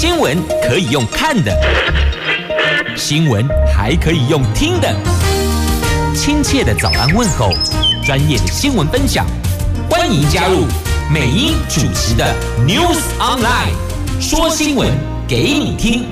新闻可以用看的，新闻还可以用听的。亲切的早安问候，专业的新闻分享，欢迎加入美英主持的 News Online， 说新闻给你听。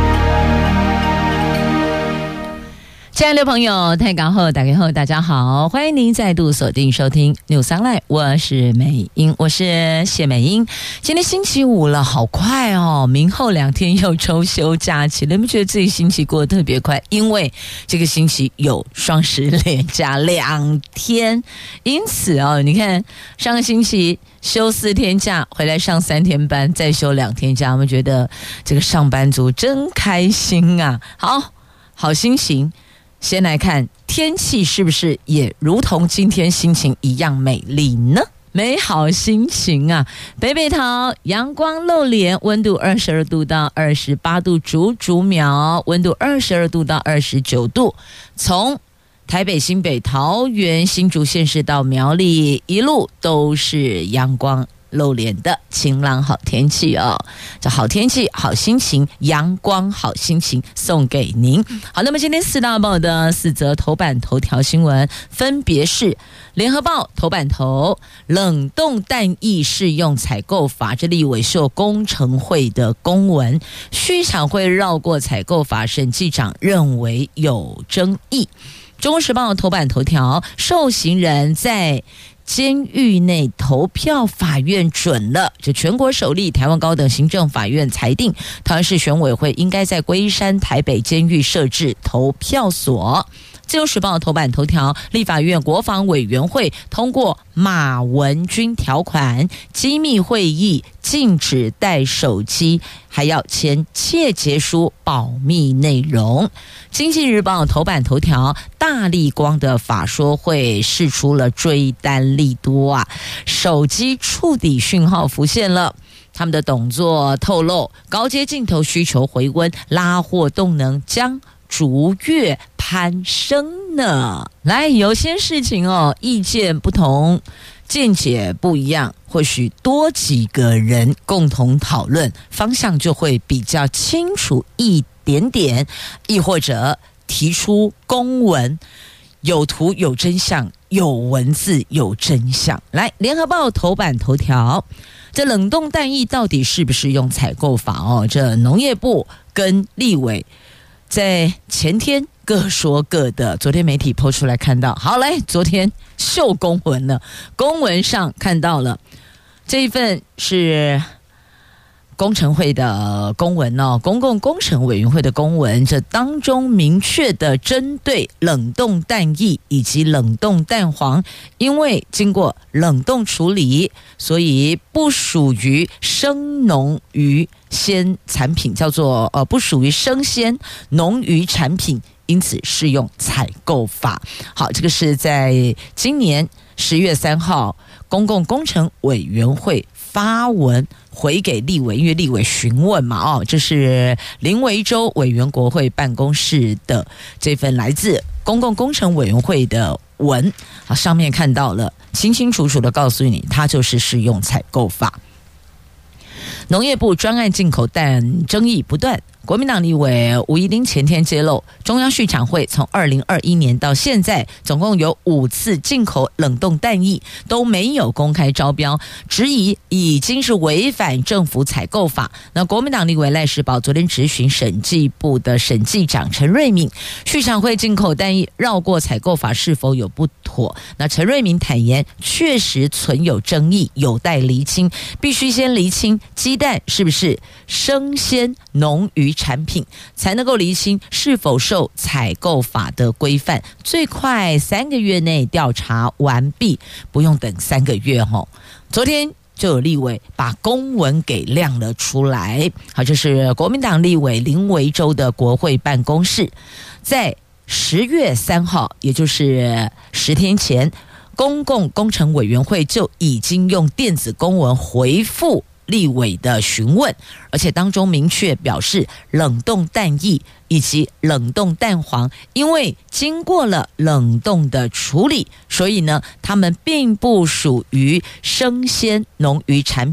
亲爱的朋友，太港后打开后，大家好，欢迎您再度锁定收听 News Online， 我是美英，我是谢美英。今天星期五了，好快哦，明后2天又周休假期了，你们觉得这个星期过得特别快？因为这个星期有双十连假2天，因此哦，你看上个星期休4天假，回来上3天班，再休2天假，我们觉得这个上班族真开心啊！好心情。先来看天气是不是也如同今天心情一样美丽呢？美好心情啊！北北桃阳光露脸，温度22度到28度，竹苗温度22度到29度。从台北、新北、桃园、新竹县市到苗栗，一路都是阳光露脸的晴朗好天气哦，这好天气好心情，阳光好心情送给您。好，那么今天4大报的4则头版头条新闻分别是联合报头版头，冷冻弹役适用采购法，这立委受工程会的公文，续场会绕过采购法，审计长认为有争议。中国时报头版头条，受刑人在监狱内投票，法院准了。这全国首例，台湾高等行政法院裁定，台湾市选委会应该在龟山台北监狱设置投票所。自由时报头版头条，立法院国防委员会通过马文君条款，机密会议禁止带手机，还要签切结书保密内容。经济日报头版头条，大立光的法说会释出了追单利多啊，手机触底讯号浮现了。他们的董座透露，高阶镜头需求回温，拉货动能将逐月攀升呢。来，有些事情哦，意见不同，见解不一样，或许多几个人共同讨论，方向就会比较清楚一点点，亦或者提出公文，有图有真相，有文字有真相。来，联合报头版头条，这冷冻弹役到底是不是用采购法哦？这农业部跟立委在前天各说各的，昨天媒体播出来看到，好来，昨天秀公文了，公文上看到了这一份是工程会的公文哦，公共工程委员会的公文，这当中明确的针对冷冻弹役以及冷冻蛋黄，因为经过冷冻处理，所以不属于生农渔鲜产品，叫做不属于生鲜农渔产品，因此适用采购法。好，这个是在今年10月3号公共工程委员会发文回给立委，因为立委询问嘛，这是林维洲委员国会办公室的这份来自公共工程委员会的文，上面看到了清清楚楚的告诉你，它就是适用采购法。农业部专案进口蛋争议不断，国民党立委吴怡丁前天揭露，中央畜产会从2021年到现在，总共有5次进口冷冻蛋液都没有公开招标，质疑已经是违反政府采购法。那国民党立委赖士葆昨天质询审计部的审计长陈瑞敏，畜产会进口蛋液绕过采购法是否有不妥？那陈瑞敏坦言，确实存有争议，有待厘清，必须先厘清鸡蛋是不是生鲜农渔产品，才能够厘清是否受采购法的规范。最快3个月内调查完毕，不用等3个月吼。昨天就有立委把公文给亮了出来，好，这是国民党立委林维洲的国会办公室，在10月3号，也就是10天前，公共工程委员会就已经用电子公文回复立委的询问，而且当中明确表示，冷冻蛋液以及冷冻蛋黄因为经过了冷冻的处理，所以呢，它们并不属于生鲜农渔产品，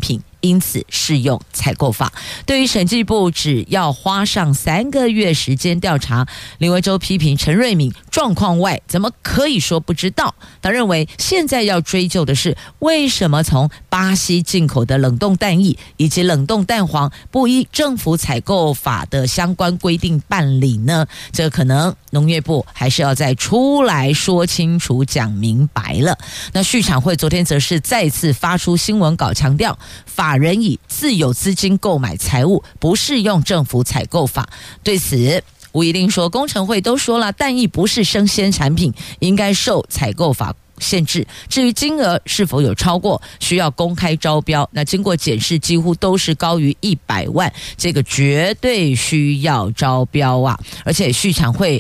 因此适用采购法。对于审计部只要花上3个月时间调查，林为洲批评陈瑞敏状况外怎么可以说不知道。他认为现在要追究的是为什么从巴西进口的冷冻蛋液以及冷冻蛋黄不依政府采购法的相关规定办理呢？这可能农业部还是要再出来说清楚讲明白了。那畜产会昨天则是再次发出新闻稿，强调法人以自有资金购买财物，不适用政府采购法。对此吴怡玲说，工程会都说了，蛋液不是生鲜产品，应该受采购法限制。至于金额是否有超过，需要公开招标。那经过检视，几乎都是高于100万，这个绝对需要招标啊！而且畜产会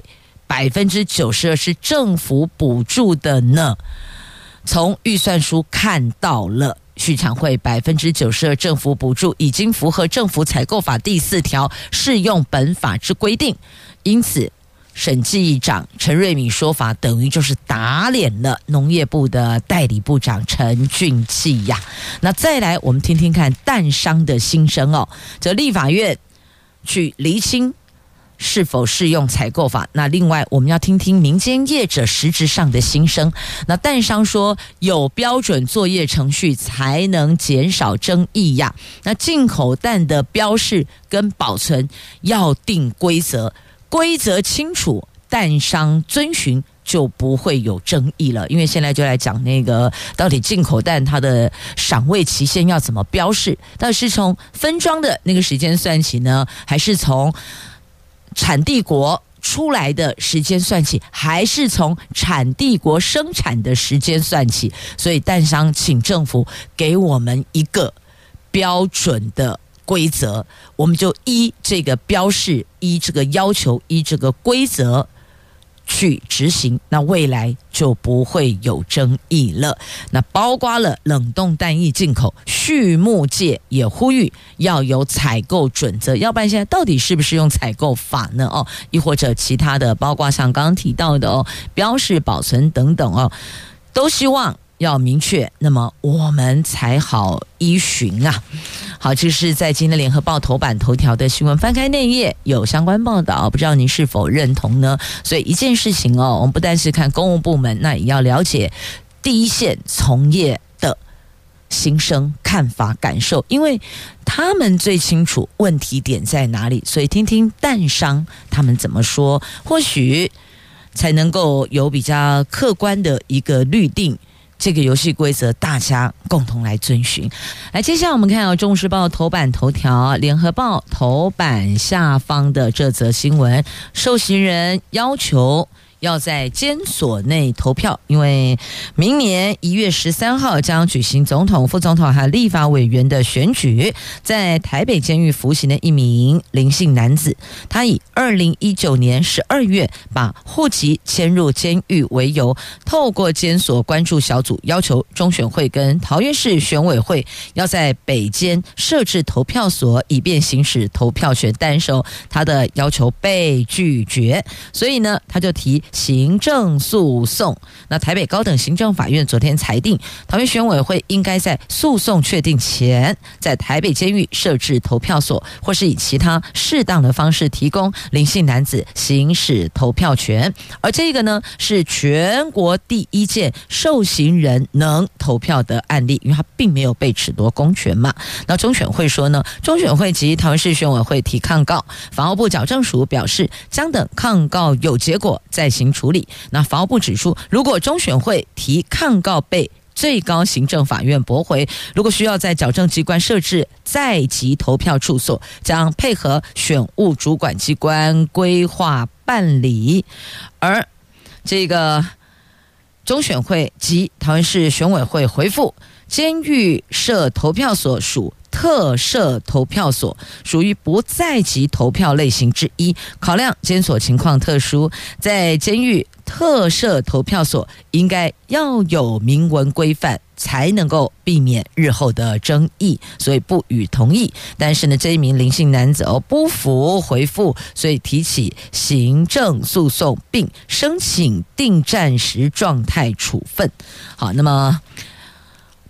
92%是政府补助的呢。从预算书看到了，畜产会92%政府补助已经符合政府采购法第4条适用本法之规定，因此审计长陈瑞敏说法等于就是打脸了农业部的代理部长陈俊基呀。那再来我们听听看蛋商的心声哦，这立法院去厘清是否适用采购法。那另外我们要听听民间业者实质上的心声。那蛋商说有标准作业程序才能减少争议呀。那进口蛋的标示跟保存要定规则，规则清楚，蛋商遵循就不会有争议了。因为现在就来讲那个到底进口蛋它的赏味期限要怎么标示，到底是从分装的那个时间算起呢，还是从产地国出来的时间算起，还是从产地国生产的时间算起？所以蛋商请政府给我们一个标准的规则，我们就依这个标示，依这个要求，依这个规则去执行，那未来就不会有争议了。那包括了冷冻蛋液进口，畜牧界也呼吁要有采购准则，要不然现在到底是不是用采购法呢？哦，亦或者其他的，包括像刚刚提到的哦，标示、保存等等哦，都希望要明确，那么我们才好依循啊。好，这是在今天联合报头版头条的新闻，翻开内页有相关报道，不知道您是否认同呢？所以一件事情哦，我们不但是看公务部门，那也要了解第一线从业的心声、看法、感受，因为他们最清楚问题点在哪里，所以听听蛋商他们怎么说，或许才能够有比较客观的一个律定。这个游戏规则大家共同来遵循。来，接下来我们看到《中时报》头版头条，《联合报》头版下方的这则新闻，受刑人要求要在监所内投票，因为明年1月13号将举行总统、副总统和立法委员的选举。在台北监狱服刑的一名林姓男子，他以2019年12月把户籍迁入监狱为由，透过监所关注小组要求中选会跟桃园市选委会要在北监设置投票所，以便行使投票权，但是他的要求被拒绝，所以呢他就提行政诉讼。那台北高等行政法院昨天裁定，桃园选委会应该在诉讼确定前，在台北监狱设置投票所，或是以其他适当的方式提供林姓男子行使投票权。而这个呢，是全国第一件受刑人能投票的案例，因为他并没有被褫夺公权嘛。那中选会说呢，中选会及桃园市选委会提抗告，法务部矫正署表示将等抗告有结果再行处理。那法务部指出，如果中选会提抗告被最高行政法院驳回，如果需要在矫正机关设置在籍投票处所，将配合选务主管机关规划办理。而这个中选会及桃园市选委会回复，监狱设投票所属特设投票所，属于不在籍投票类型之一，考量监所情况特殊，在监狱特设投票所应该要有明文规范，才能够避免日后的争议，所以不予同意。但是呢，这一名林姓男子不服回复，所以提起行政诉讼，并申请定暂时状态处分。好，那么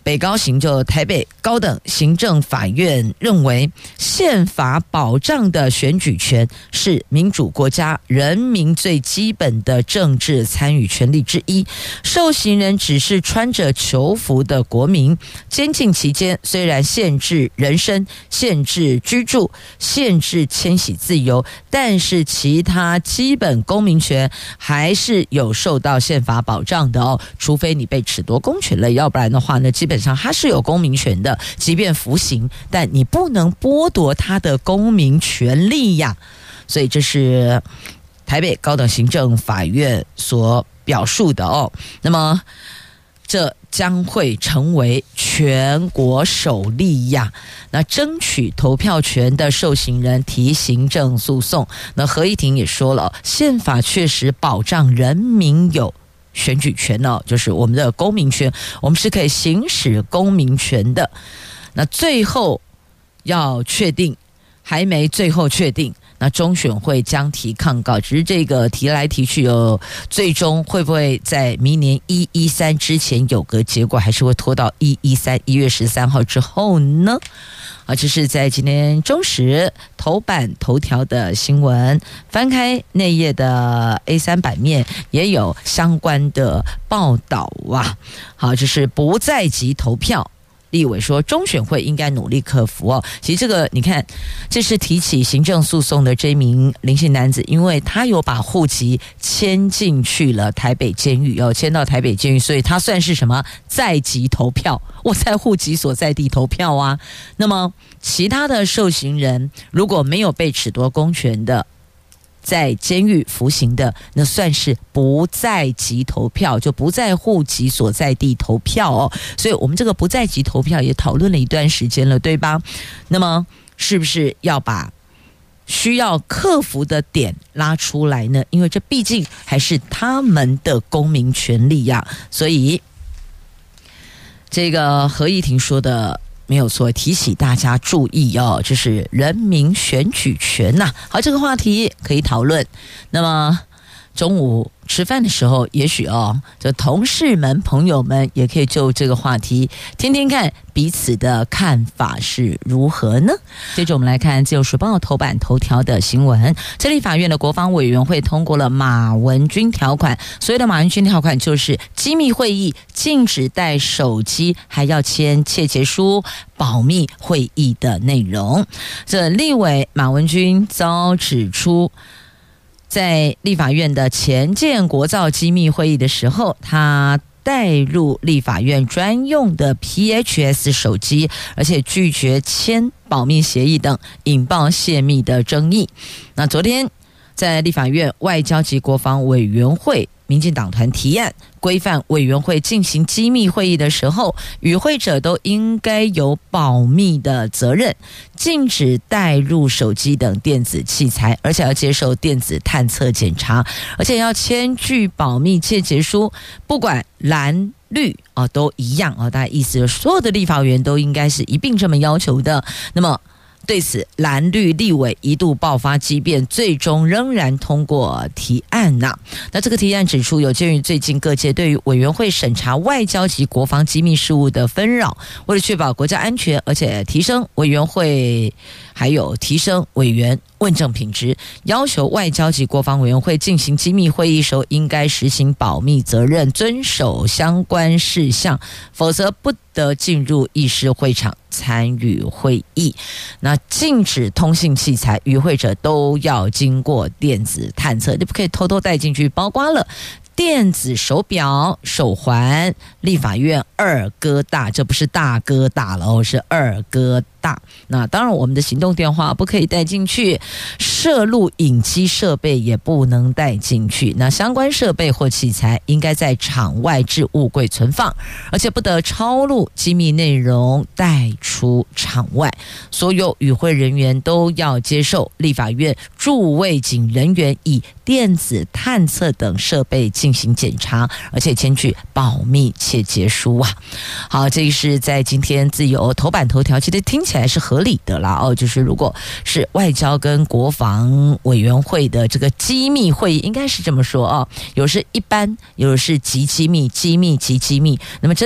北高行就台北高等行政法院认为，宪法保障的选举权是民主国家人民最基本的政治参与权利之一。受刑人只是穿着囚服的国民，监禁期间虽然限制人身、限制居住、限制迁徙自由，但是其他基本公民权还是有受到宪法保障的哦。除非你被褫夺公权了，要不然的话呢，基本上他是有公民权的，即便服刑，但你不能剥夺他的公民权利呀。所以这是台北高等行政法院所表述的哦。那么这将会成为全国首例呀。那争取投票权的受刑人提行政诉讼，那合议庭也说了，宪法确实保障人民有选举权哦，就是我们的公民权，我们是可以行使公民权的。那最后要确定，还没最后确定，那中选会将提抗告，只是这个提来提去最终会不会在明年113之前有个结果，还是会拖到113 1月13号之后呢？这是在今天中时头版头条的新闻，翻开内页的 A3 版面也有相关的报道啊。好，这是不在籍投票，立委说中选会应该努力克服哦。其实这个你看，这是提起行政诉讼的这名林姓男子，因为他有把户籍迁进去了台北监狱，迁到台北监狱，所以他算是什么在籍投票，我在户籍所在地投票啊。那么其他的受刑人如果没有被褫夺公权的，在监狱服刑的，那算是不在籍投票，就不在户籍所在地投票哦。所以我们这个不在籍投票也讨论了一段时间了，对吧？那么是不是要把需要克服的点拉出来呢？因为这毕竟还是他们的公民权利呀。所以这个合议庭说的没有错，提醒大家注意哦，这是人民选举权呐。好，这个话题可以讨论。那么中午吃饭的时候，也许这同事们、朋友们也可以就这个话题听听看彼此的看法是如何呢？接着我们来看《自由时报》头版头条的新闻。这立法院的国防委员会通过了马文君条款，所谓的马文君条款就是机密会议禁止带手机，还要签切结书，保密会议的内容。这立委马文君遭指出，在立法院的前建国造机密会议的时候，他带入立法院专用的 PHS 手机，而且拒绝签保密协议等，引爆泄密的争议。那昨天在立法院外交及国防委员会民进党团提案，规范委员会进行机密会议的时候，与会者都应该有保密的责任，禁止带入手机等电子器材，而且要接受电子探测检查，而且要签具保密切结书，不管蓝绿都一样大概意思就是所有的立法委员都应该是一并这么要求的。那么对此，蓝绿立委一度爆发激辩，最终仍然通过提案呐。那这个提案指出，有鉴于最近各界对于委员会审查外交及国防机密事务的纷扰，为了确保国家安全，而且提升委员会还有提升委员问政品质，要求外交及国防委员会进行机密会议时候应该实行保密责任，遵守相关事项，否则不得进入议事会场参与会议。那禁止通信器材，与会者都要经过电子探测，你不可以偷偷带进去，包括了电子手表、手环，立法院2哥大，这不是大哥大了是2哥大。那当然我们的行动电话不可以带进去，摄录影机设备也不能带进去，那相关设备或器材应该在场外置物柜存放，而且不得抄录机密内容带出场外。所有与会人员都要接受立法院驻卫警人员以电子探测等设备进行检查，而且签具保密切结书啊。好，这是在今天自由头版头条，其实听起来是合理的啦就是如果是外交跟国防委员会的这个机密会议，应该是这么说有是一般，有是极机密，机密及机密。那么针对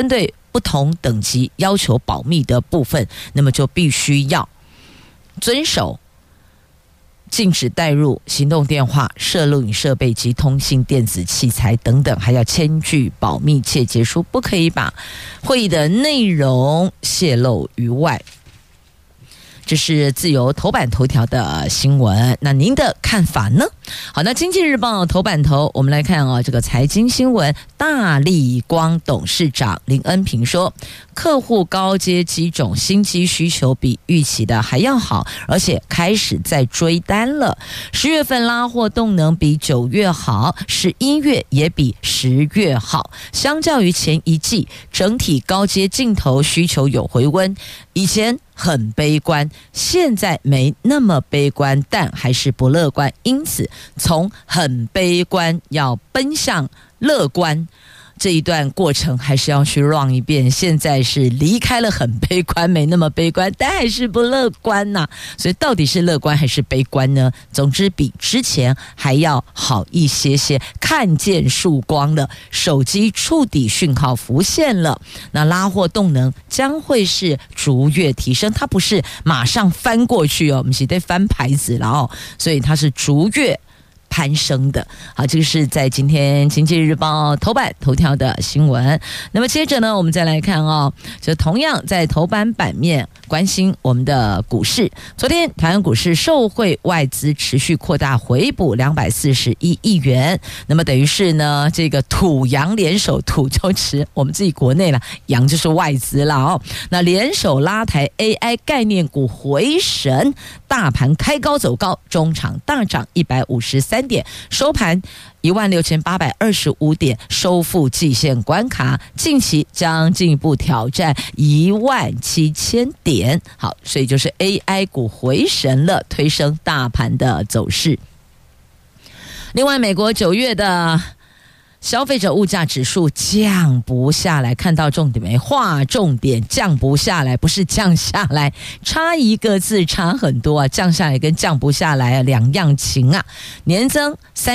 不同等级要求保密的部分，那么就必须要遵守禁止带入行动电话、摄录影设备及通信电子器材等等，还要签具保密切结书，不可以把会议的内容泄露于外。这是自由头版头条的新闻，那您的看法呢？好，那经济日报头版头，我们来看这个财经新闻，大立光董事长林恩平说，客户高阶机种新机需求比预期的还要好，而且开始在追单了。10月份拉货动能比9月好，11月也比10月好，相较于前一季，整体高阶镜头需求有回温，以前很悲观，现在没那么悲观，但还是不乐观，因此从很悲观要奔向乐观这一段过程还是要去 run 一遍，现在是离开了很悲观，没那么悲观，但还是不乐观呐。所以到底是乐观还是悲观呢？总之比之前还要好一些些，看见曙光了，手机触底讯号浮现了，那拉货动能将会是逐月提升，它不是马上翻过去我们是在翻牌子了所以它是逐月攀升的。好，这个是在今天经济日报头版头条的新闻。那么接着呢，我们再来看就同样在头版版面关心我们的股市。昨天台湾股市受惠外资持续扩大回补241亿元，那么等于是呢，这个土洋联手，土就是我们自己国内了，洋就是外资了那联手拉抬 AI 概念股回神，大盘开高走高，中场大涨153点，收盘16825点，收复季线关卡，近期将进一步挑战17000点。好，所以就是 AI 股回神了，推升大盘的走势。另外，美国9月的消费者物价指数降不下来，看到重点没？划重点，降不下来，不是降下来，差一个字差很多降下来跟降不下来两样情年增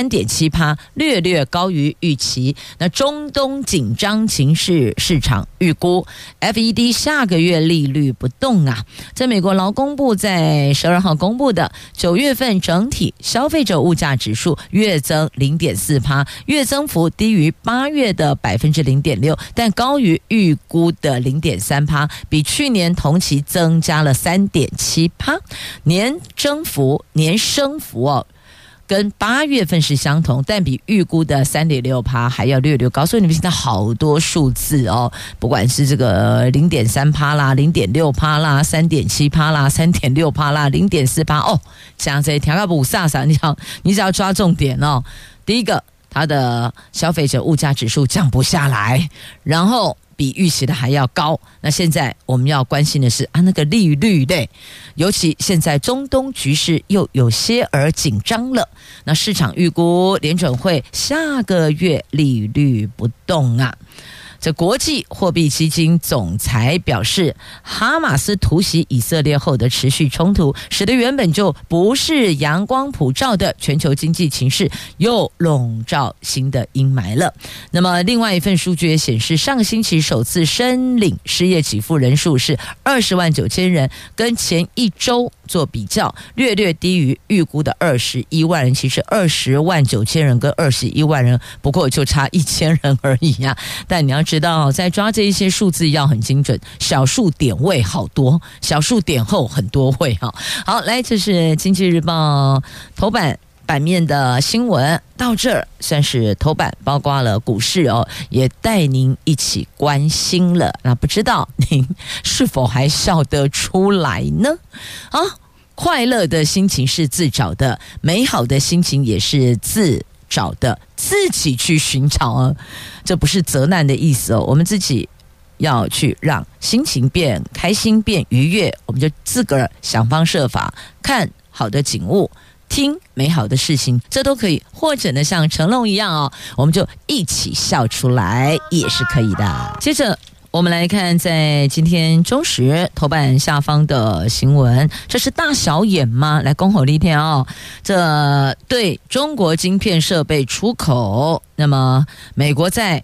3.7%，略略高于预期。那中东紧张情势，市场预估 FED 下个月利率不动在美国劳工部在12号公布的9月份整体消费者物价指数月增 0.4%， 月增幅低于8月的 0.6%， 但高于预估的 0.3%， 比去年同期增加了 3.7%， 年升幅跟8月份是相同，但比预估的 3.6% 还要略高。所以你们听到好多数字不管是这个 0.3% 啦 0.6% 啦 3.7% 啦 3.6% 啦 0.4% 这样子调到不飒飒，你只要抓重点第一个，它的消费者物价指数降不下来，然后比预期的还要高。那现在我们要关心的是那个利率类，尤其现在中东局势又有些紧张了。那市场预估联准会下个月利率不动这国际货币基金总裁表示，哈马斯突袭以色列后的持续冲突，使得原本就不是阳光普照的全球经济情势又笼罩新的阴霾了。那么另外一份数据也显示，上个星期首次申领失业给付人数是20万9千人，跟前一周做比较，略低于预估的21万人。其实20万9千人跟21万人不过就差1000人而已但你要知道，在抓这一些数字要很精准，小数点位好多，小数点后很多位好，来，这是经济日报头版版面的新闻，到这儿算是头版包括了股市也带您一起关心了。那不知道您是否还笑得出来呢？快乐的心情是自找的，美好的心情也是自找的，自己去寻找这不是责难的意思我们自己要去让心情变开心变愉悦，我们就自个儿想方设法看好的景物，听美好的事情，这都可以。或者呢，像成龙一样我们就一起笑出来也是可以的。接着我们来看在今天中时头版下方的新闻，这是大小眼吗？来恭候一天这对中国晶片设备出口，那么美国在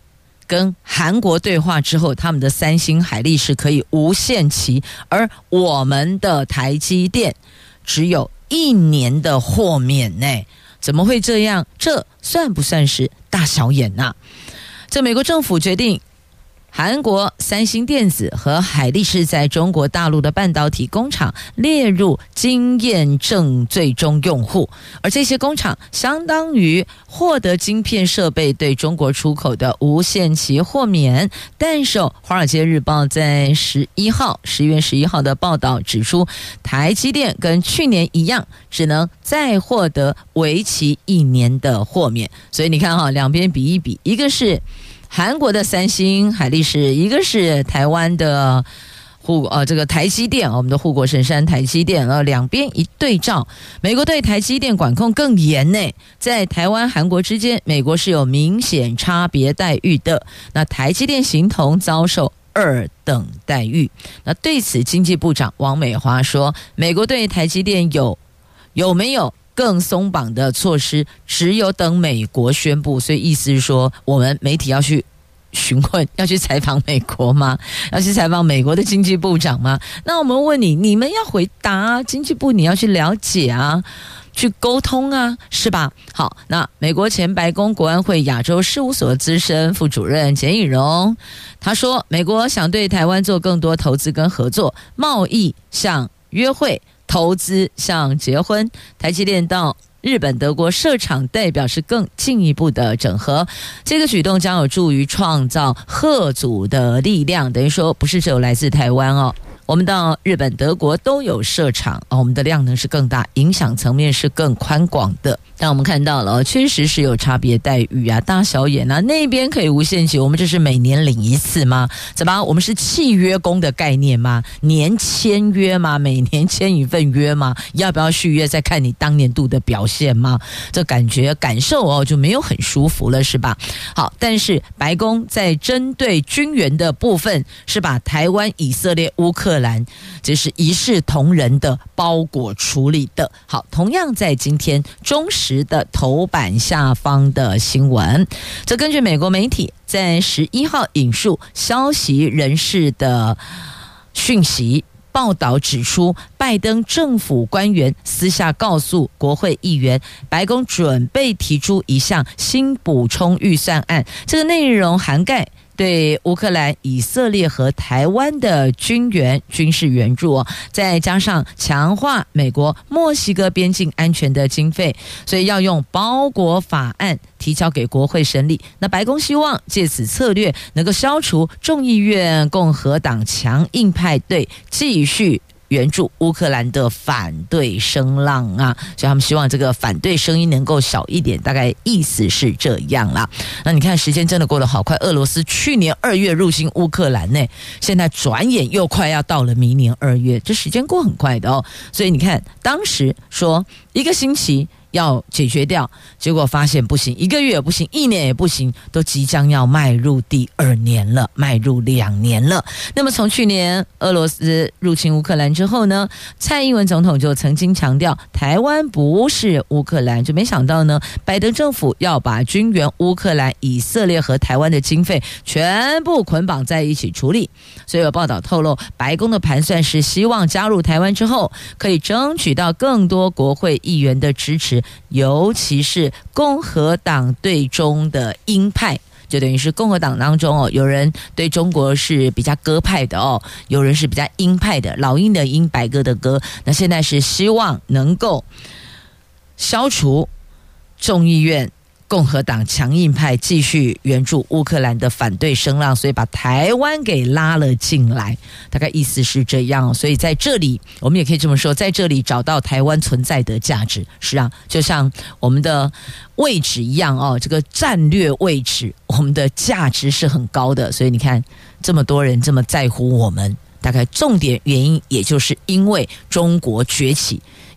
跟韩国对话之后，他们的三星、海力士可以无限期，而我们的台积电只有1年的豁免呢？怎么会这样？这算不算是大小眼啊？这美国政府决定韩国三星电子和海力士在中国大陆的半导体工厂列入经验证最终用户，而这些工厂相当于获得晶片设备对中国出口的无限期豁免。但是《华尔街日报》在10月11号的报道指出，台积电跟去年一样，只能再获得为期1年的豁免。所以你看两边比一比，一个是韩国的三星、海力士，一个是台湾的这个台积电，我们的护国神山台积电，两边一对照，美国对台积电管控更严呢。在台湾、韩国之间，美国是有明显差别待遇的，那台积电形同遭受2等待遇。那对此，经济部长王美花说，美国对台积电有没有更松绑的措施，只有等美国宣布。所以意思是说，我们媒体要去询问，要去采访美国吗？要去采访美国的经济部长吗？那我们问你，你们要回答，经济部你要去了解啊，去沟通啊，是吧？好，那美国前白宫国安会亚洲事务所资深副主任简以荣他说，美国想对台湾做更多投资跟合作，贸易像约会，投资像结婚，台积电到日本、德国设厂代表是更进一步的整合。这个举动将有助于创造贺组的力量，等于说不是只有来自台湾哦。我们到日本、德国都有设厂，我们的量能是更大，影响层面是更宽广的。但我们看到了，确实是有差别待遇啊，大小眼啊，那边可以无限期，我们这是每年领一次吗？怎么？我们是契约工的概念吗？年签约吗？每年签一份约吗？要不要续约？再看你当年度的表现吗？这感受就没有很舒服了，是吧？好，但是白宫在针对军援的部分，是把台湾、以色列、乌克兰这是一视同仁的包裹处理的。好，同样在今天中时的头版下方的新闻，这根据美国媒体在11号引述消息人士的讯息报道指出，拜登政府官员私下告诉国会议员，白宫准备提出一项新补充预算案，这个内容涵盖对乌克兰、以色列和台湾的军事援助，再加上强化美国墨西哥边境安全的经费，所以要用包裹法案提交给国会审理。那白宫希望借此策略能够消除众议院共和党强硬派对继续援助乌克兰的反对声浪啊，所以他们希望这个反对声音能够小一点，大概意思是这样啦。那你看时间真的过得好快，俄罗斯去年2月入侵乌克兰呢，现在转眼又快要到了明年2月，这时间过很快的哦。所以你看当时说1个星期要解决掉，结果发现不行，1个月也不行，1年也不行，都即将要迈入第2年了，迈入2年了。那么从去年俄罗斯入侵乌克兰之后呢，蔡英文总统就曾经强调台湾不是乌克兰，就没想到呢，拜登政府要把军援乌克兰、以色列和台湾的经费全部捆绑在一起处理。所以有报道透露，白宫的盘算是希望加入台湾之后，可以争取到更多国会议员的支持，尤其是共和党队中的鹰派，就等于是共和党当中有人对中国是比较鸽派的有人是比较鹰派的，老鹰的鹰，白鸽的鸽。那现在是希望能够消除众议院共和党强硬派继续援助乌克兰的反对声浪，所以把台湾给拉了进来，大概意思是这样。所以在这里我们也可以这么说，在这里找到台湾存在的价值。是啊，就像我们的位置一样这个战略位置，我们的价值是很高的。所以你看这么多人这么在乎我们，大概重点原因也就是因为中国崛起，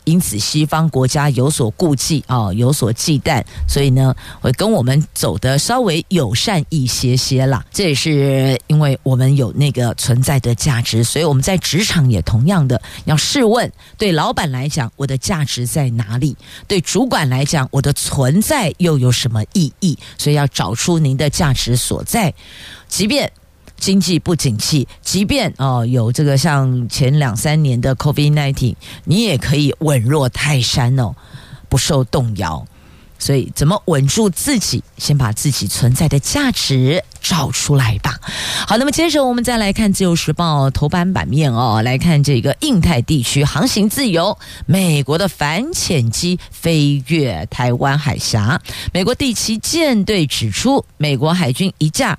因此西方国家有所顾忌有所忌惮，所以呢会跟我们走的稍微友善一些啦。这也是因为我们有那个存在的价值，所以我们在职场也同样的要试问，对老板来讲我的价值在哪里，对主管来讲我的存在又有什么意义，所以要找出您的价值所在。即便经济不景气，即便有这个像前2-3年的 COVID-19， 你也可以稳若泰山不受动摇。所以怎么稳住自己，先把自己存在的价值找出来吧。好，那么接着我们再来看自由时报头版版面来看这个印太地区航行自由，美国的反潜机飞越台湾海峡。美国第7舰队指出，美国海军一架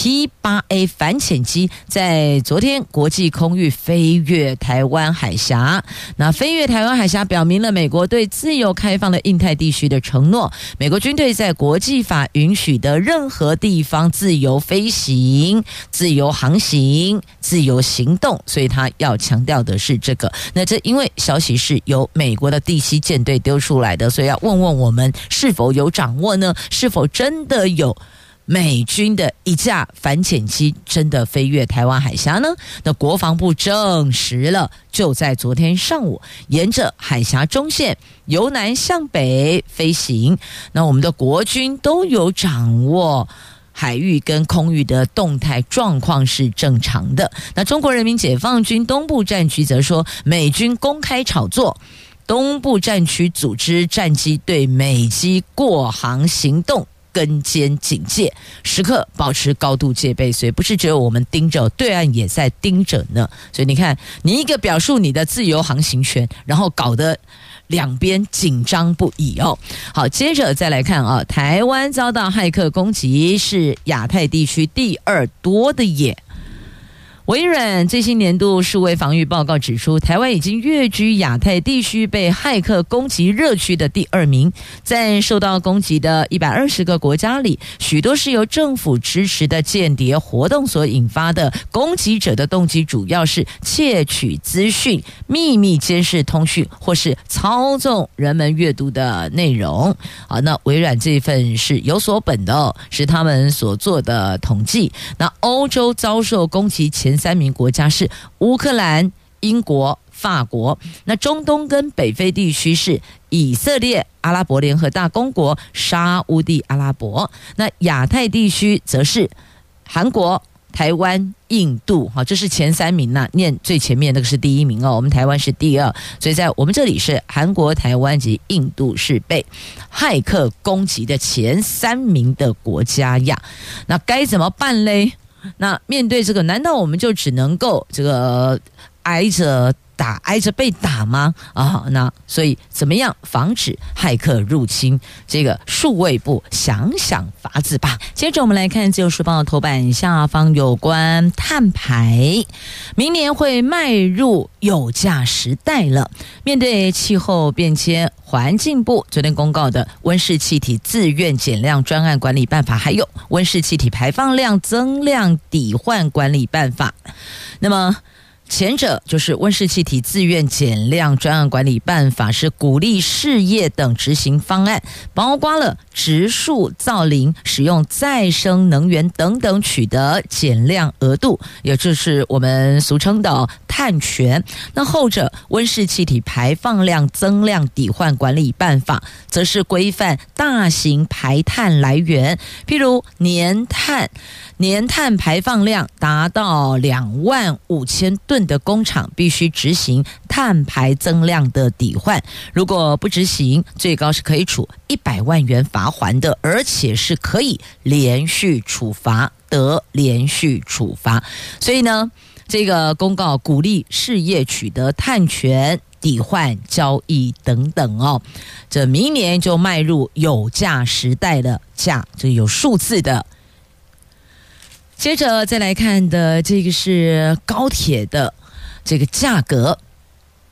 P-8A 反潜机在昨天国际空域飞越台湾海峡。那飞越台湾海峡表明了美国对自由开放的印太地区的承诺。美国军队在国际法允许的任何地方自由飞行、自由航行、自由行动，所以他要强调的是这个。那这因为消息是由美国的第7舰队丢出来的，所以要问问我们是否有掌握呢？是否真的有美军的一架反潜机真的飞越台湾海峡呢？那国防部证实了，就在昨天上午，沿着海峡中线由南向北飞行。那我们的国军都有掌握海域跟空域的动态状况是正常的。那中国人民解放军东部战区则说，美军公开炒作，东部战区组织战机对美机过航行动跟监警戒，时刻保持高度戒备，所以不是只有我们盯着，对岸也在盯着呢。所以你看，你一个表述你的自由航行权，然后搞得两边紧张不已好，接着再来看台湾遭到骇客攻击是亚太地区第2多的耶。微软最新年度数位防御报告指出，台湾已经跃居亚太地区被骇客攻击热区的第2名。在受到攻击的120个国家里，许多是由政府支持的间谍活动所引发的。攻击者的动机主要是窃取资讯、秘密监视通讯或是操纵人们阅读的内容。好，那微软这份是有所本的是他们所做的统计。那欧洲遭受攻击前3名国家是乌克兰、英国、法国。那中东跟北非地区是以色列、阿拉伯联合大公国、沙乌地阿拉伯。那亚太地区则是韩国、台湾、印度，这是前3名念最前面那个是第1名我们台湾是第2，所以在我们这里是韩国、台湾及印度是被骇客攻击的前3名的国家呀。那该怎么办嘞？那面对这个，难道我们就只能够这个挨着被打吗？那所以怎么样防止骇客入侵？这个数位部想想法子吧。接着我们来看自由时报头版下方有关碳排，明年会迈入有价时代了。面对气候变迁，环境部昨天公告的温室气体自愿减量专案管理办法，还有温室气体排放量增量抵换管理办法。那么前者就是温室气体自愿减量专案管理办法，是鼓励事业等执行方案，包括了植树造林、使用再生能源等等取得减量额度，也就是我们俗称的碳权。那后者温室气体排放量增量抵换管理办法，则是规范大型排碳来源，譬如年碳排放量达到25000吨的工厂必须执行碳排增量的抵换，如果不执行，最高是可以处100万元罚锾的，而且是可以连续处罚。所以呢，这个公告鼓励事业取得碳权、抵换交易等等这明年就迈入有价时代的价，这有数字的。接着再来看的这个是高铁的这个价格。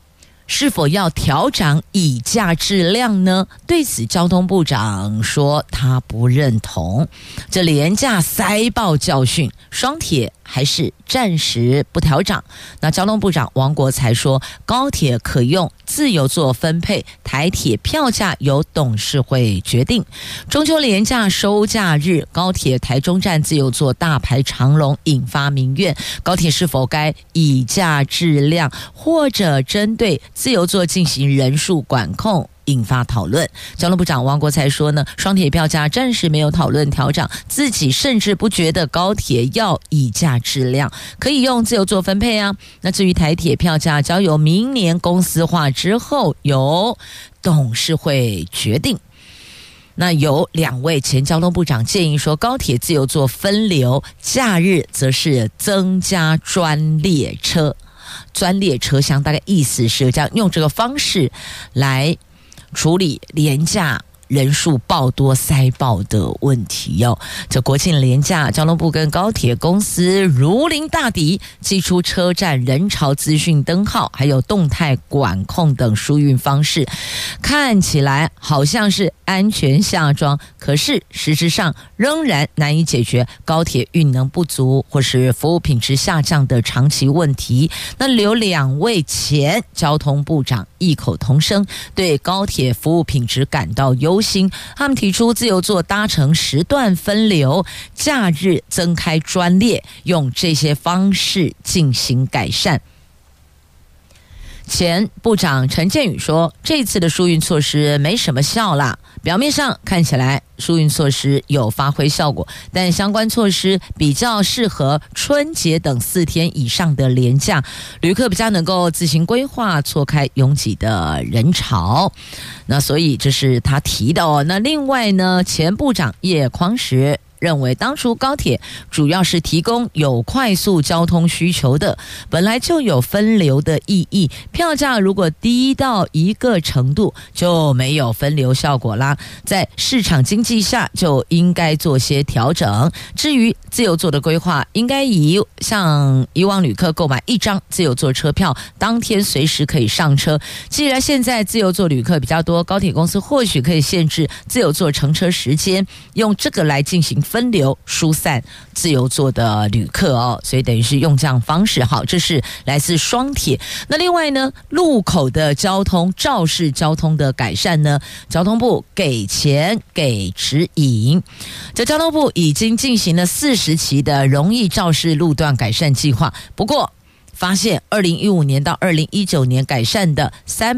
是否要调涨以价质量呢？对此，交通部长说他不认同。这廉价塞爆教训，双铁还是暂时不调涨。那交通部长王国材说，高铁可用自由座分配，台铁票价由董事会决定。中秋连假收假日，高铁台中站自由座大排长龙，引发民怨。高铁是否该以价质量，或者针对自由座进行人数管控，引发讨论。交通部长王国材说呢，双铁票价暂时没有讨论调涨，自己甚至不觉得高铁要以价质量，可以用自由座分配啊。那至于台铁票价，交由明年公司化之后由董事会决定。那有2位前交通部长建议说，高铁自由座分流，假日则是增加专列车厢，大概意思是这样，用这个方式来处理廉价人数爆多塞爆的问题哦。这国庆连假，交通部跟高铁公司如临大敌，祭出车站人潮资讯灯号，还有动态管控等疏运方式，看起来好像是安全下装，可是实质上仍然难以解决高铁运能不足或是服务品质下降的长期问题。那留2位前交通部长异口同声，对高铁服务品质感到忧心。他们提出自由座搭乘时段分流，假日增开专列，用这些方式进行改善。前部长陈建宇说，这次的疏运措施没什么效啦，表面上看起来疏运措施有发挥效果，但相关措施比较适合春节等4天以上的连假，旅客比较能够自行规划，错开拥挤的人潮。那所以这是他提的哦。那另外呢，前部长叶匡时认为，当初高铁主要是提供有快速交通需求的，本来就有分流的意义，票价如果低到一个程度，就没有分流效果啦。在市场经济下，就应该做些调整。至于自由座的规划，应该像以往旅客购买1张自由座车票，当天随时可以上车。既然现在自由座旅客比较多，高铁公司或许可以限制自由座乘车时间，用这个来进行分流疏散自由座的旅客哦，所以等于是用这样方式。好，这是来自双铁。那另外呢，路口的交通肇事交通的改善呢，交通部给钱给指引。这交通部已经进行了40期的容易肇事路段改善计划，不过发现2015年到2019年改善的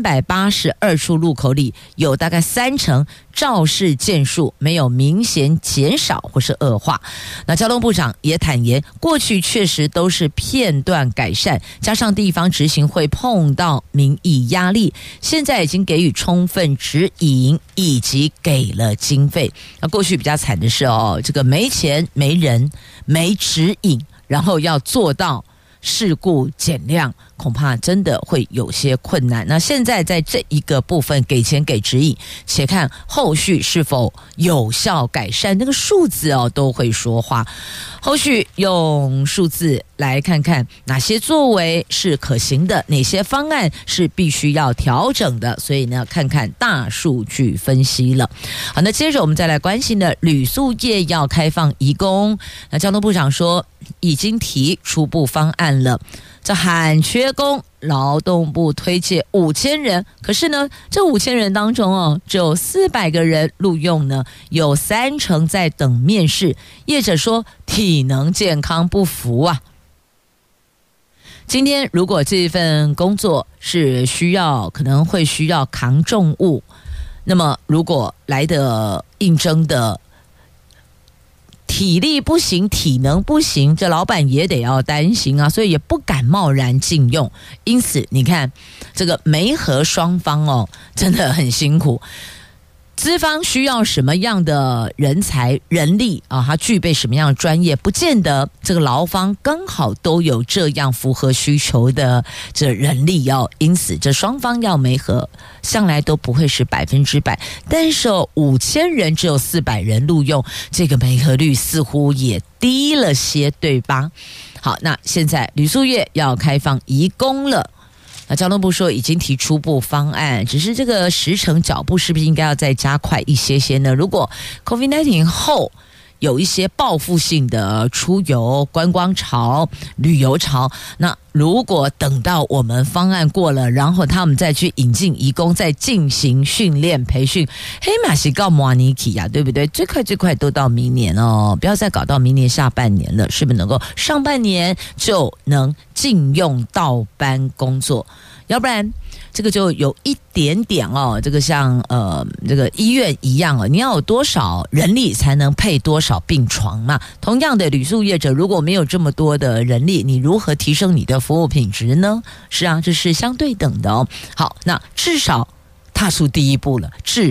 382处路口里，有大概30%肇事件数没有明显减少或是恶化。那交通部长也坦言，过去确实都是片段改善，加上地方执行会碰到民意压力，现在已经给予充分指引以及给了经费。那过去比较惨的是这个没钱没人没指引，然后要做到事故减量，恐怕真的会有些困难。那现在在这一个部分给钱给指引，且看后续是否有效改善，那个数字都会说话。后续用数字来看看哪些作为是可行的，哪些方案是必须要调整的，所以呢，看看大数据分析了。好，那接着我们再来关心的旅宿业要开放移工，那交通部长说已经提初步方案了，这喊缺工，劳动部推荐5000人，可是呢，这5000人当中只有400个人录用呢，有30%在等面试。业者说体能健康不符啊。今天如果这份工作是可能会需要扛重物，那么如果来的应征的体力不行，体能不行，这老板也得要担心啊，所以也不敢贸然禁用。因此你看这个媒合双方真的很辛苦。资方需要什么样的人才人力他具备什么样的专业，不见得这个劳方刚好都有这样符合需求的这人力因此这双方要媒合向来都不会是100%，但是5000人只有400人录用，这个媒合率似乎也低了些，对吧？好，那现在旅宿业要开放移工了， 那交通部说已经提初步方案，只是这个时程脚步是不是应该要再加快一些呢？如果 COVID-19 后有一些报复性的出游观光潮、旅游潮，那如果等到我们方案过了，然后他们再去引进移工，再进行训练培训，黑马是告莫尼基呀，对不对？最快都到明年哦，不要再搞到明年下半年了，是不是能够上半年就能禁用倒班工作？要不然这个就有一点点哦，这个像这个医院一样哦，你要有多少人力才能配多少病床嘛？同样的，旅宿业者如果没有这么多的人力，你如何提升你的服务品质呢？是啊，这是相对等的哦。好，那至少踏出第一步了，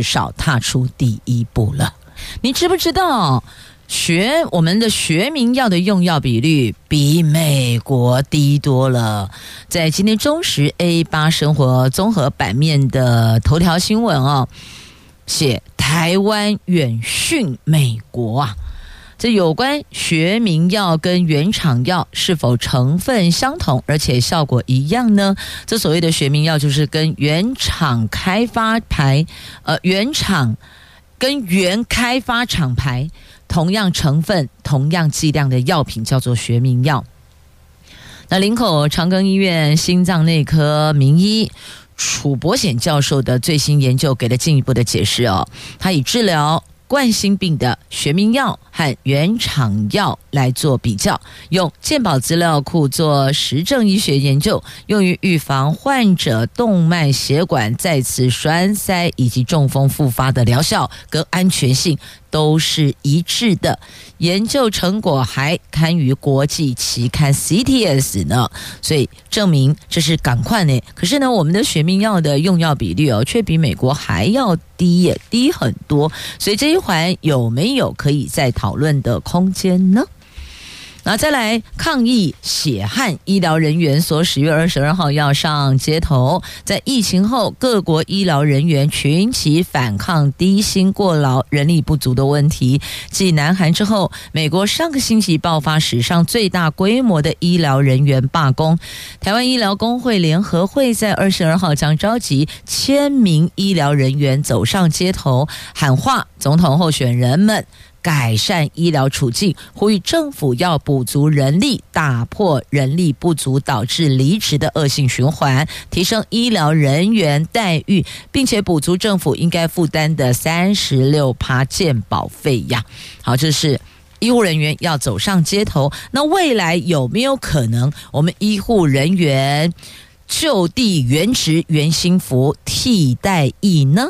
你知不知道？我们的学名药的用药比率比美国低多了。在今天中时 A8 生活综合版面的头条新闻哦，写台湾远逊美国啊。这有关学名药跟原厂药是否成分相同，而且效果一样呢？这所谓的学名药就是跟原厂开发牌，跟原开发厂牌同样成分、同样剂量的药品叫做学名药。那林口长庚医院心脏内科名医楚伯显教授的最新研究给了进一步的解释哦，他以治疗冠心病的学名药和原厂药来做比较，用健保资料库做实证医学研究，用于预防患者动脉血管再次栓塞以及中风复发的疗效跟安全性都是一致的。研究成果还刊于国际期刊 CTS 呢，所以证明这是赶快呢。可是呢，我们的学名药的用药比率却比美国还要低，也低很多。所以这一环有没有可以再讨论的空间呢？那再来抗议血汗医疗人员说10月22号要上街头，在疫情后各国医疗人员群起反抗低薪过劳、人力不足的问题。继南韩之后，美国上个星期爆发史上最大规模的医疗人员罢工。台湾医疗工会联合会在22号将召集1000名医疗人员走上街头，喊话总统候选人们改善医疗处境，呼吁政府要补足人力，打破人力不足导致离职的恶性循环，提升医疗人员待遇，并且补足政府应该负担的36%健保费呀。好，这是医护人员要走上街头。那未来有没有可能我们医护人员就地原职原薪服替代役呢？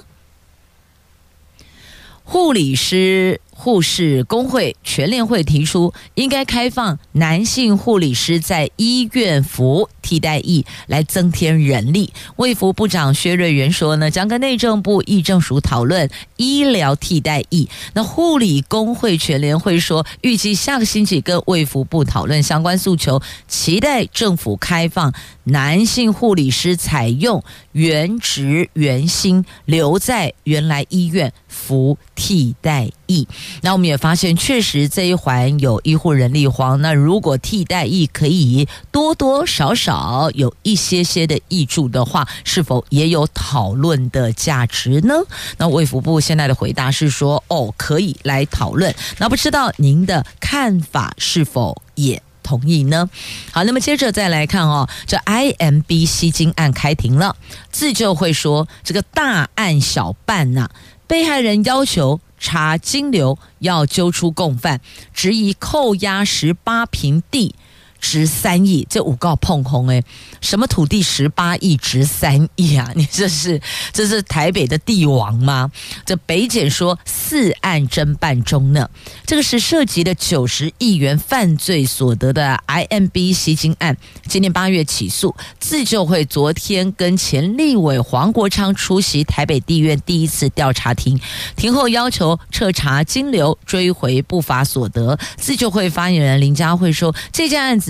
护士工会全联会提出，应该开放男性护理师在医院服替代役，来增添人力。卫福部长薛瑞元说呢，将跟内政部议政署讨论医疗替代役。那护理工会全联会说，预计下个星期跟卫福部讨论相关诉求，期待政府开放男性护理师采用原职原薪，留在原来医院服替代役。那我们也发现，确实这一环有医护人力荒。那如果替代役可以多多少少有一些的挹注的话，是否也有讨论的价值呢？那卫福部现在的回答是说，可以来讨论。那不知道您的看法是否也同意呢？好，那么接着再来看这 IMB 吸金案开庭了。自救会说，这个大案小办被害人要求查金流，要揪出共犯，质疑扣押18坪地值3亿，这五告碰红什么土地18亿值3亿啊？你这是台北的地王吗？这北检说4案侦办中呢，这个是涉及的90亿元犯罪所得的 IMB 吸金案，今年8月起诉。自救会昨天跟前立委黄国昌出席台北地院第一次调查庭，庭后要求彻查金流，追回不法所得。自救会发言人林佳慧说，这件案子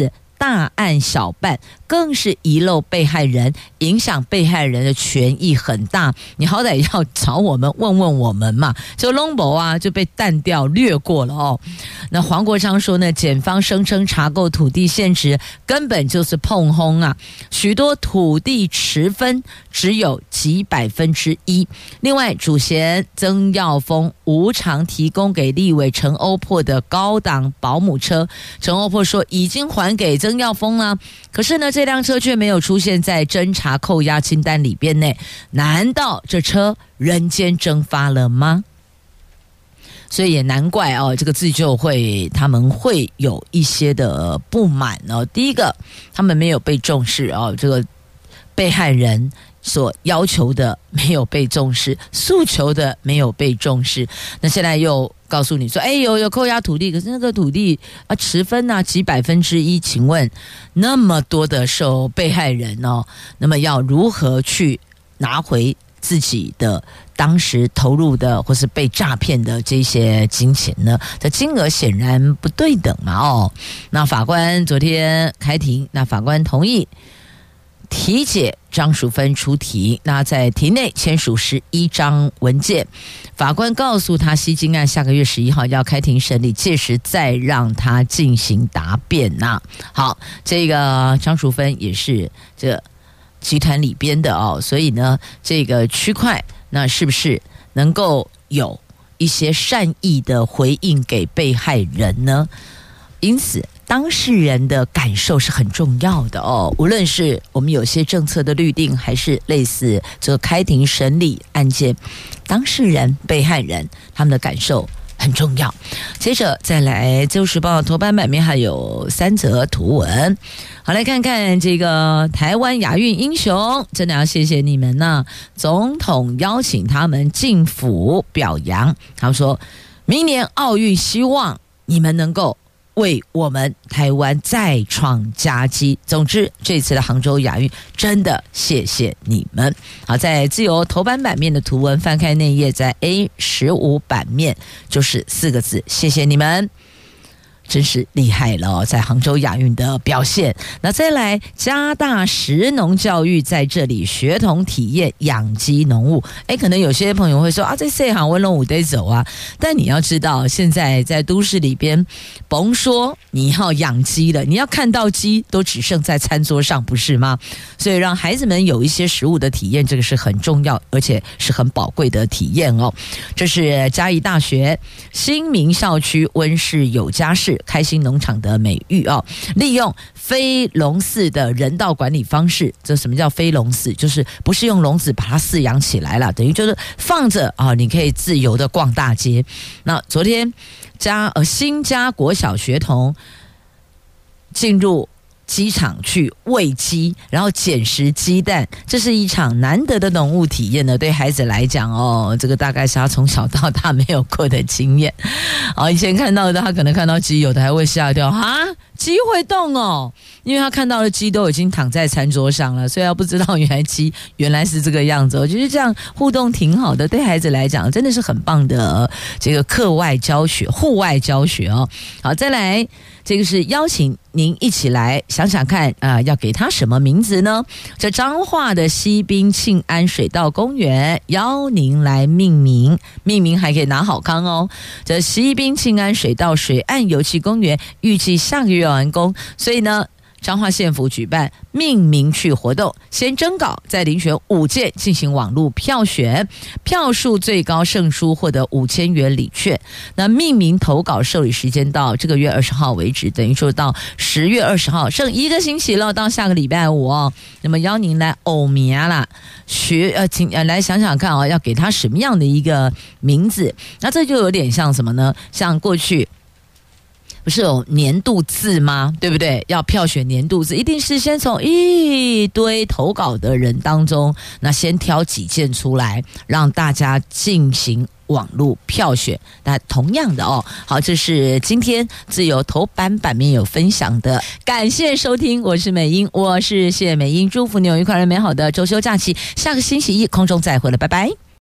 大案小办，更是遗漏被害人，影响被害人的权益很大。你好歹要找我们问问我们嘛，就龙博啊就被淡掉略过了哦。那黄国昌说呢，检方声称查购土地现值根本就是碰轰啊，许多土地持分只有几1%。另外，主嫌曾耀峰无偿提供给立委陈欧珀的高档保姆车，陈欧珀说已经还给曾耀峰了，可是呢，这辆车却没有出现在侦查扣押清单里边呢，难道这车人间蒸发了吗？所以也难怪哦，这个自救会他们会有一些的不满哦。第一个，他们没有被重视哦，这个被害人所要求的没有被重视，诉求的没有被重视。那现在又告诉你说，有扣押土地，可是那个土地啊持分啊几1%，请问那么多的受被害人哦，那么要如何去拿回自己的当时投入的或是被诈骗的这些金钱呢？这金额显然不对等嘛哦。那法官昨天开庭，那法官同意提解张淑芬出庭，那在庭内签署11张文件，法官告诉他吸金案下个月11号要开庭审理，届时再让他进行答辩呐。好，这个张淑芬也是这集团里边的哦，所以呢，这个区块那是不是能够有一些善意的回应给被害人呢？因此当事人的感受是很重要的哦，无论是我们有些政策的律定，还是类似这个开庭审理案件，当事人、被害人他们的感受很重要。接着再来，《自由时报》头版版面还有3则图文。好，来看看这个台湾亚运英雄，真的要谢谢你们呐！总统邀请他们进府表扬，他们说明年奥运希望你们能够为我们台湾再创佳绩。总之，这次的杭州亚运真的谢谢你们。好，在自由头版版面的图文翻开内页，在 A15 版面就是4个字：谢谢你们。真是厉害了哦，在杭州亚运的表现。那再来加大食农教育，在这里学童体验养鸡农务。可能有些朋友会说啊，这细行温龙武得走啊，但你要知道，现在在都市里边，甭说你要养鸡了，你要看到鸡都只剩在餐桌上，不是吗？所以让孩子们有一些食物的体验，这个是很重要，而且是很宝贵的体验哦。这是嘉义大学新民校区温室有家室开心农场的美誉哦，利用非笼饲的人道管理方式。这什么叫非笼饲？就是不是用笼子把它饲养起来了，等于就是放着啊，你可以自由的逛大街。那昨天新家国小学童进入鸡场去喂鸡，然后捡食鸡蛋，这是一场难得的农务体验呢。对孩子来讲哦，这个大概是他从小到大没有过的经验。以前看到的他可能看到鸡，有的还会吓掉啊，鸡会动哦，因为他看到的鸡都已经躺在餐桌上了，所以他不知道原来鸡原来是这个样子。我觉得这样互动挺好的，对孩子来讲真的是很棒的这个课外教学、户外教学哦。好，再来。这个是邀请您一起来想想看要给它什么名字呢？这彰化的西滨庆安水道公园邀您来命名，命名还可以拿好康哦。这西滨庆安水道水岸游憩公园预计下个月完工，所以呢彰化县府举办命名趣活动，先征稿，再遴选5件进行网络票选，票数最高胜出获得5000元礼券。那命名投稿受理时间到这个月20号为止，等于说到10月20号，剩1个星期了，到下个礼拜5哦。那么邀您来欧名啦，来想想看要给他什么样的一个名字？那这就有点像什么呢？像过去。不是有年度字吗？对不对？要票选年度字，一定是先从一堆投稿的人当中，那先挑几件出来，让大家进行网络票选。那同样的好，这是今天自由头版版面有分享的。感谢收听，我是美英，我是谢美英，祝福你有一块美好的周休假期。下个星期一空中再会了，拜拜。